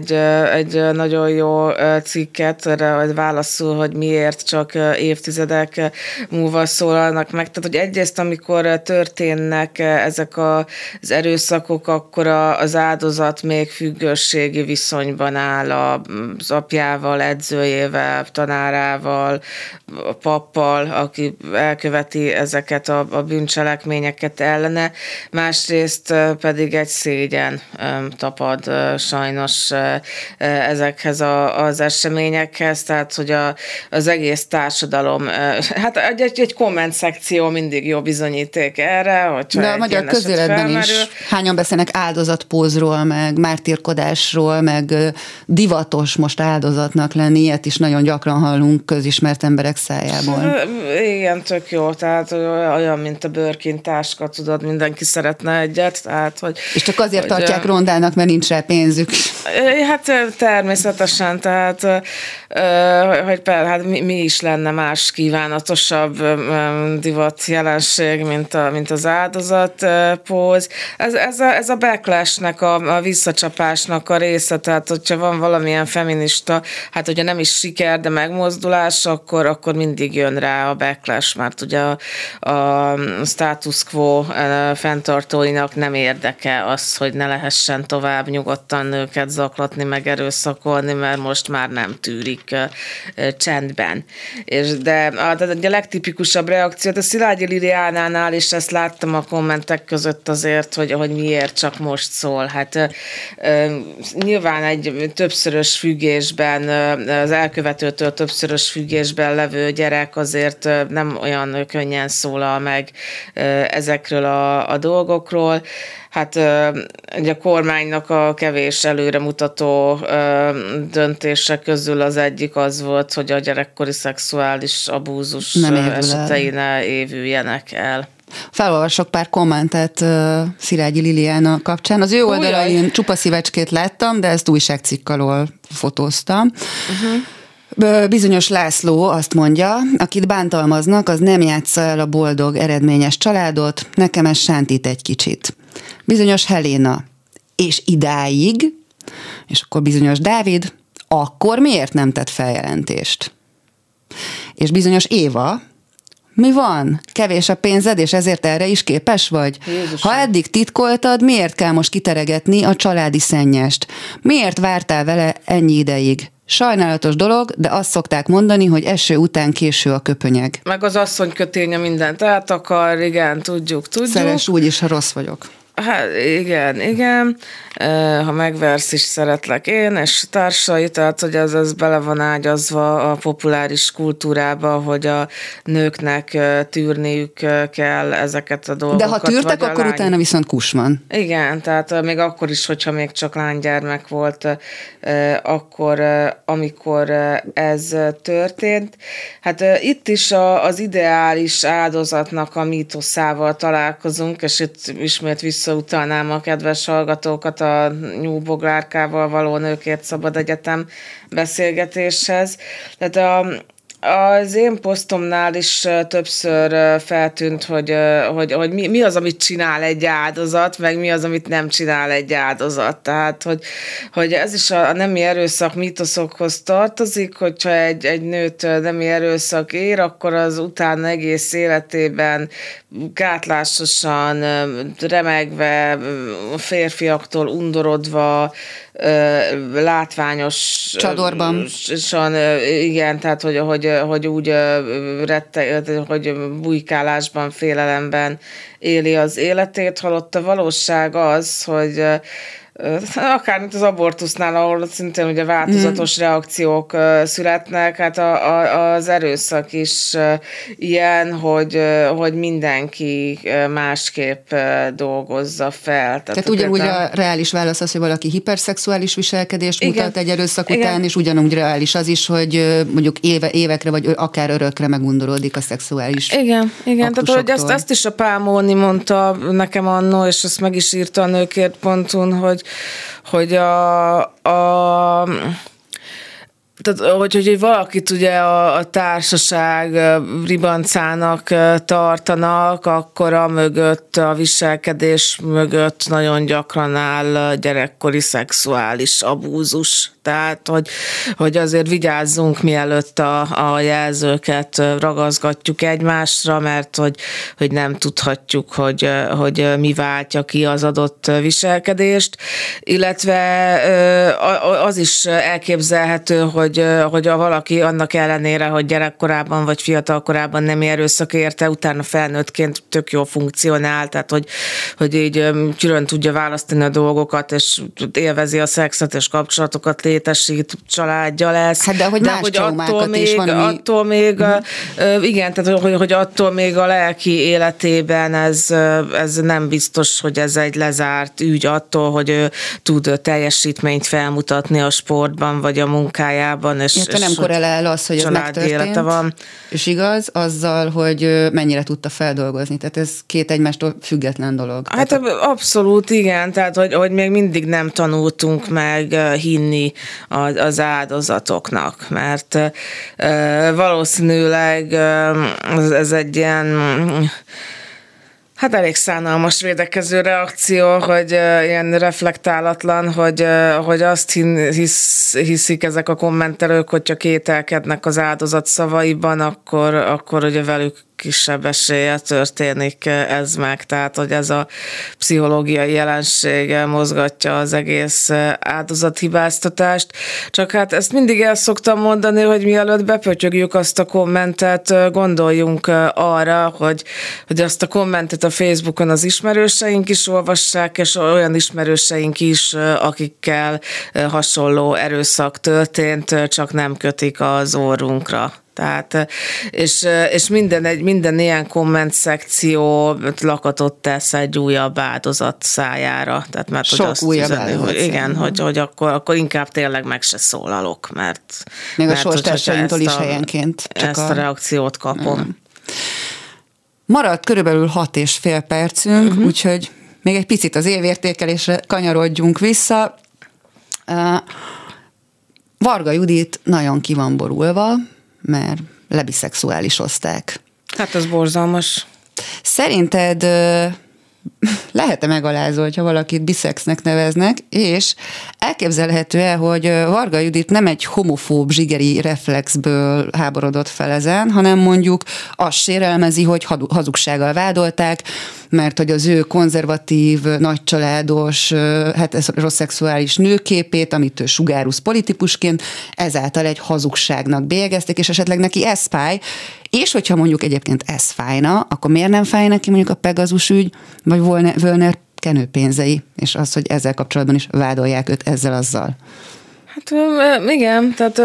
egy nagyon jó cikket, erre válaszul, hogy miért csak évtizedek múlva szólalnak meg. Tehát, hogy egyrészt, amikor történnek ezek az erőszakok, akkor az áldozat még függőségi viszonyban áll az apjával, edzőjével, tanárával, a pappal, aki elköveti ezeket a bűncselekményeket ellene. Másrészt pedig egy szégyen tapad sajnos ezekhez az eseményekhez, tehát hogy az egész társadalom, hát egy komment szekció mindig jó bizonyíték erre, hogyha de a magyar közéletben is hányan beszélnek áldozatpózról, meg mártírkodásról, meg divatos most áldozatnak lenni, ilyet is nagyon gyakran hallunk közismert emberek szájából. Igen, tök jó, tehát olyan, mint a bőrkintáska, tudod, mindenki mindenki szeretne egyet. Tehát, és csak azért tartják rondának, mert nincs rá pénzük. Hát természetesen, tehát hogy hát mi is lenne más kívánatosabb divat jelenség, mint az áldozatpóz. Ez a backlashnek, a visszacsapásnak a része, tehát hogyha van valamilyen feminista, hát hogyha nem is siker, de megmozdulás, akkor mindig jön rá a backlash, mert ugye a status quo fenntartóinak nem érdeke az, hogy ne lehessen tovább nyugodtan nőket zaklatni, meg erőszakolni, mert most már nem tűrik csendben. De a legtipikusabb reakció, a Szilágyi Liliánánál is ezt láttam a kommentek között azért, hogy miért csak most szól. Hát nyilván egy többszörös függésben, az elkövetőtől többszörös függésben levő gyerek azért nem olyan könnyen szólal meg ezekről a dolgokról. Hát ugye a kormánynak a kevés előremutató döntése közül az egyik az volt, hogy a gyerekkori szexuális abúzus esetei ne évüljenek el. Felolvasok pár kommentet Szilágyi Liliana kapcsán. Az ő oldalain csupa szívecskét láttam, de ezt újságcikk alól fotóztam. Bizonyos László azt mondja, akit bántalmaznak, az nem játsza el a boldog, eredményes családot, nekem ez sántít egy kicsit. Bizonyos Helena, és idáig, és akkor bizonyos Dávid, akkor miért nem tett feljelentést? És bizonyos Éva, mi van? Kevés a pénzed, és ezért erre is képes vagy? Jézusom. Ha eddig titkoltad, miért kell most kiteregetni a családi szennyest? Miért vártál vele ennyi ideig? Sajnálatos dolog, de azt szokták mondani, hogy eső után késő a köpönyeg. Meg az asszony köténye mindent eltakar, igen, tudjuk. Szeres úgy is, ha rossz vagyok. Hát igen. Ha megversz is, szeretlek én, és társai, tehát hogy ez bele van ágyazva a populáris kultúrába, hogy a nőknek tűrniük kell ezeket a dolgokat. De ha tűrtek, akkor utána viszont kus van. Igen, tehát még akkor is, hogyha még csak lánygyermek volt, akkor, amikor ez történt. Hát itt is az ideális áldozatnak a mítoszával találkozunk, és itt ismét visszautalnám a kedves hallgatókat a nyúlboglárkával való Nőkért Szabad Egyetem beszélgetéshez. Tehát az én posztomnál is többször feltűnt, hogy mi az, amit csinál egy áldozat, meg mi az, amit nem csinál egy áldozat. Tehát, hogy ez is a nemi erőszak mítoszokhoz tartozik, hogyha egy nőt nemi erőszak ér, akkor az utána egész életében gátlásosan, remegve, férfiaktól undorodva, látványos csadorban. Igen, tehát hogy úgy hogy bujkálásban, félelemben éli az életét, holott a valóság az, hogy akár mint az abortusznál, ahol szintén ugye változatos reakciók születnek, hát az erőszak is ilyen, hogy mindenki másképp dolgozza fel. Tehát ugyanúgy a reális válasz az, hogy valaki hiperszexuális viselkedést mutat egy erőszak után, és ugyanúgy reális az is, hogy mondjuk évekre, vagy akár örökre megundorodik a szexuális Igen, tehát hogy ezt is a Pálmóni mondta nekem annó, és ezt meg is írta a Nőkért.hu-n, hogy tehát, hogy valakit ugye a társaság ribancának tartanak, akkor a mögött, a viselkedés mögött nagyon gyakran áll gyerekkori szexuális abúzus. Tehát, hogy azért vigyázzunk, mielőtt a jelzőket ragaszgatjuk egymásra, mert hogy nem tudhatjuk, hogy mi váltja ki az adott viselkedést, illetve az is elképzelhető, hogy valaki annak ellenére, hogy gyerekkorában vagy fiatalkorában nem erőszak érte, utána felnőttként tök jól funkcionál, tehát hogy így külön tudja választani a dolgokat, és élvezi a szexet és kapcsolatokat létesít, családja lesz. Hát de hogy más traumákat is van, ami... Attól még, igen, tehát hogy attól még a lelki életében ez nem biztos, hogy ez egy lezárt ügy attól, hogy ő tud teljesítményt felmutatni a sportban vagy a munkájában, Amerikában, és nem korrelál az, hogy ez megtörtént, van. És igaz, azzal, hogy mennyire tudta feldolgozni. Tehát ez két egymástól független dolog. Hát abszolút igen, tehát hogy még mindig nem tanultunk meg hinni az áldozatoknak, mert valószínűleg ez egy ilyen... Hát elég szánalmas védekező reakció, hogy ilyen reflektálatlan, hogy azt hiszik ezek a kommentelők, hogyha kételkednek az áldozat szavaiban, akkor ugye velük kisebb eséllyel történik ez meg. Tehát, hogy ez a pszichológiai jelenség mozgatja az egész áldozathibáztatást. Csak hát ezt mindig el szoktam mondani, hogy mielőtt bepötyögjük azt a kommentet, gondoljunk arra, hogy azt a kommentet a Facebookon az ismerőseink is olvassák, és olyan ismerőseink is, akikkel hasonló erőszak történt, csak nem kötik az orrunkra. Tehát, és minden ilyen komment szekció lakatot tesz egy újabb áldozat szájára. Tehát, mert sok azt újabb üzeni, hogy igen, hogy akkor inkább tényleg meg se szólalok, mert még a sorstársaimtól is helyenként. Ezt a reakciót kapom. Maradt körülbelül 6,5 percünk, úgyhogy még egy picit az évértékelésre kanyarodjunk vissza. Varga Judit nagyon ki van borulva, mert lebiszexuálisozták. Hát ez borzalmas. Szerinted lehet-e megalázó, hogyha valakit biszexnek neveznek, és elképzelhető-e, hogy Varga Judit nem egy homofób zsigeri reflexből háborodott fel ezen, hanem mondjuk azt sérelmezi, hogy hazugsággal vádolták, mert hogy az ő konzervatív, nagycsaládos, heteroszexuális nőképét, amit ő sugárúz politikusként, ezáltal egy hazugságnak bélyegezték, és esetleg neki ez fáj, és hogyha mondjuk egyébként ez fájna, akkor miért nem fáj neki mondjuk a Pegazus ügy, vagy Völner kenőpénzei, és az, hogy ezzel kapcsolatban is vádolják őt ezzel-azzal. Hát igen, tehát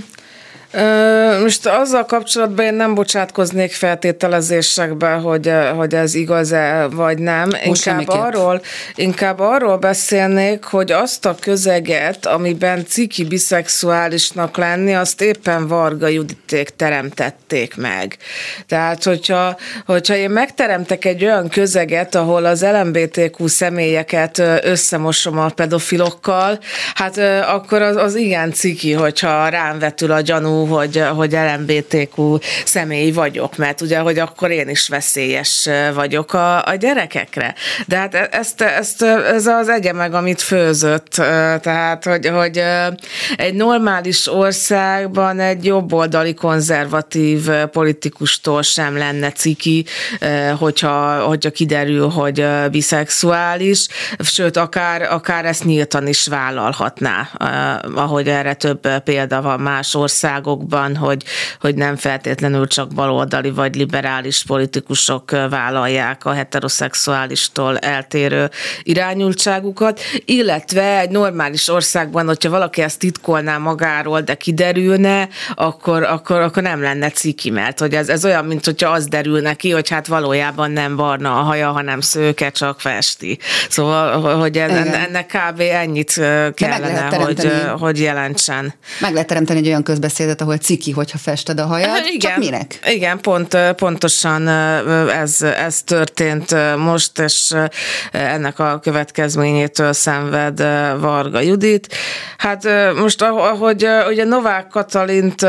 most azzal kapcsolatban én nem bocsátkoznék feltételezésekbe, hogy ez igaz-e vagy nem. Inkább arról beszélnék, hogy azt a közeget, amiben ciki biszexuálisnak lenni, azt éppen Varga Juditék teremtették meg. Tehát, hogyha én megteremtek egy olyan közeget, ahol az LMBTQ személyeket összemosom a pedofilokkal, hát akkor az igen ciki, hogyha rám vetül a gyanú, hogy LMBTQ személy vagyok, mert ugye, hogy akkor én is veszélyes vagyok a gyerekekre. De hát ez az egye meg, amit főzött. Tehát, hogy egy normális országban egy jobboldali konzervatív politikustól sem lenne ciki, hogyha kiderül, hogy biszexuális, sőt, akár ezt nyíltan is vállalhatná, ahogy erre több példa van más országokban, hogy nem feltétlenül csak baloldali vagy liberális politikusok vállalják a heteroszexuálistól eltérő irányultságukat, illetve egy normális országban, hogyha valaki ezt titkolná magáról, de kiderülne, akkor nem lenne ciki, mert hogy ez olyan, mint hogyha az derül ki, hogy hát valójában nem barna a haja, hanem szőke, csak festi. Szóval, hogy ennek kb. Ennyit kellene, hogy jelentsen. Meg lehet teremteni egy olyan közbeszédet, ahol ciki, hogyha fested a hajad, igen, csak minek? Igen, pontosan ez történt most, és ennek a következményétől szenved Varga Judit. Hát most, ahogy ugye Novák Katalint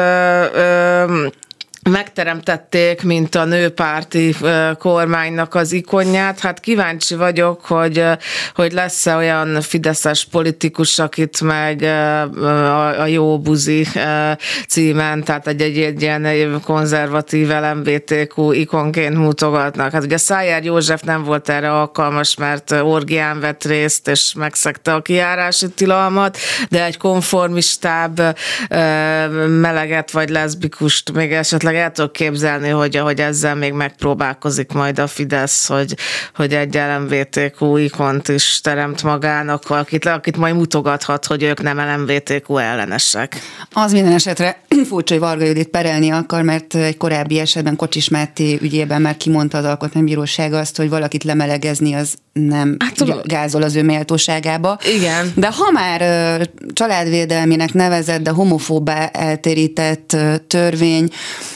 megteremtették, mint a nőpárti kormánynak az ikonját. Hát kíváncsi vagyok, hogy lesz-e olyan fideszes politikus, akit meg a jó buzi címen, tehát egy ilyen konzervatív LMBTQ ikonként mutogatnak. Hát ugye Szájer József nem volt erre alkalmas, mert orgián vett részt, és megszegte a kijárási tilalmat, de egy konformistább meleget vagy leszbikust még esetleg el tudok képzelni, hogy ezzel még megpróbálkozik majd a Fidesz, hogy egy LMBTQ ikont is teremt magának, akit majd mutogathat, hogy ők nem LMBTQ ellenesek. Az minden esetre furcsa, hogy Varga Judit perelni akar, mert egy korábbi esetben Kocsis Máté ügyében már kimondta az Alkotmánybíróság azt, hogy valakit lemelegezni az nem gázol az ő méltóságába. Igen. De ha már családvédelminek nevezett, de homofóbbá eltérített törvény,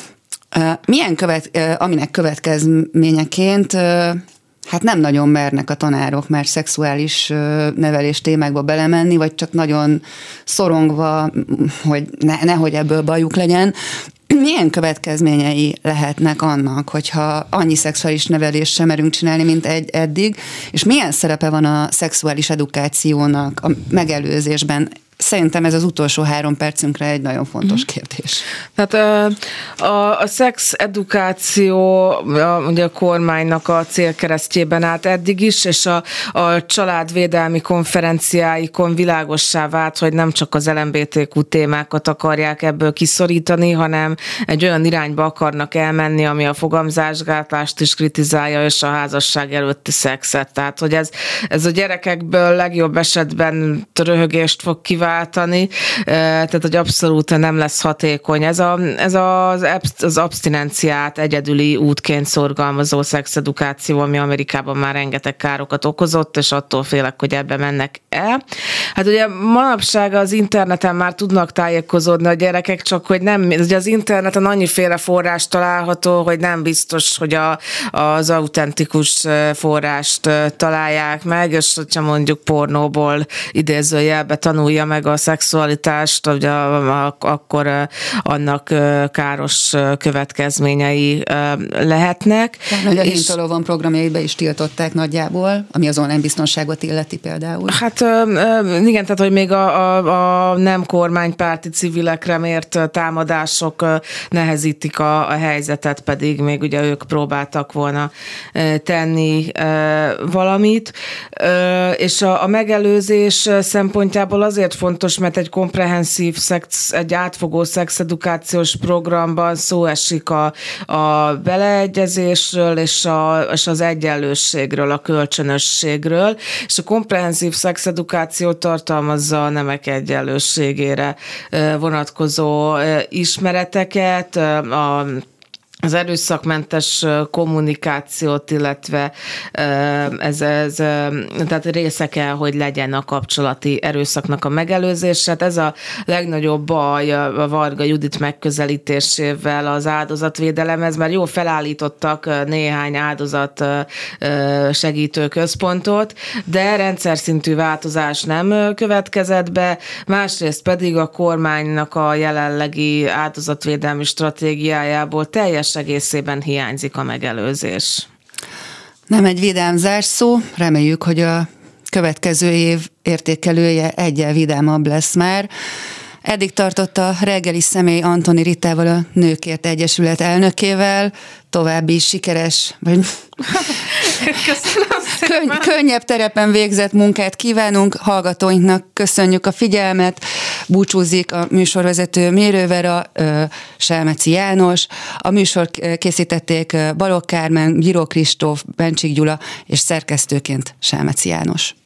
aminek következményeként hát nem nagyon mernek a tanárok már szexuális nevelés témákba belemenni, vagy csak nagyon szorongva, hogy nehogy ebből bajuk legyen. Milyen következményei lehetnek annak, hogyha annyi szexuális nevelést sem merünk csinálni, mint eddig, és milyen szerepe van a szexuális edukációnak a megelőzésben? Szerintem ez az utolsó 3 percünkre egy nagyon fontos kérdés. Tehát a szex edukáció ugye a kormánynak a célkeresztjében állt eddig is, és a családvédelmi konferenciáikon világossá vált, hogy nem csak az LMBTQ témákat akarják ebből kiszorítani, hanem egy olyan irányba akarnak elmenni, ami a fogamzásgátlást is kritizálja, és a házasság előtti szexet. Tehát, hogy ez a gyerekekből legjobb esetben röhögést fog kiváltani, tehát hogy abszolút nem lesz hatékony. Ez az abstinenciát egyedüli útként szorgalmazó szexedukáció, ami Amerikában már rengeteg károkat okozott, és attól félek, hogy ebbe mennek el. Hát ugye manapság az interneten már tudnak tájékozódni a gyerekek, csak hogy nem, ugye az interneten annyiféle forrás található, hogy nem biztos, hogy az autentikus forrást találják meg, és hogyha mondjuk pornóból idézőjelbe tanulja meg a szexualitást, ugye, akkor annak káros következményei lehetnek. Hogy a Hintalovon programjait be is tiltották nagyjából, ami az online biztonságot illeti például. Hát igen, tehát hogy még a nem kormánypárti civilekre mért támadások nehezítik a helyzetet, pedig még ugye ők próbáltak volna tenni valamit. És a megelőzés szempontjából azért fontos, mert egy komprehenszív egy átfogó szexedukációs programban szó esik a beleegyezésről és az egyenlőségről, a kölcsönösségről, és a komprehenszív szexedukáció tartalmazza a nemek egyenlőségére vonatkozó ismereteket, az erőszakmentes kommunikációt, illetve tehát része kell, hogy legyen a kapcsolati erőszaknak a megelőzése. Hát ez a legnagyobb baj a Varga Judit megközelítésével az áldozatvédelemhez, mert jól felállítottak néhány áldozat segítő központot, de rendszer szintű változás nem következett be, másrészt pedig a kormánynak a jelenlegi áldozatvédelmi stratégiájából teljes egészében hiányzik a megelőzés. Nem egy vidám zárszó, reméljük, hogy a következő év értékelője egyel vidámabb lesz már. Eddig tartott a reggeli személy Antoni Ritával, a Nőkért Egyesület elnökével, további sikeres, vagy könnyebb terepen végzett munkát kívánunk, hallgatóinknak köszönjük a figyelmet, búcsúzik a műsorvezető Mérő Vera, Selmeci János, a műsor készítették Balogh Kármen, Giró Kristóf, Bencsik Gyula, és szerkesztőként Selmeci János.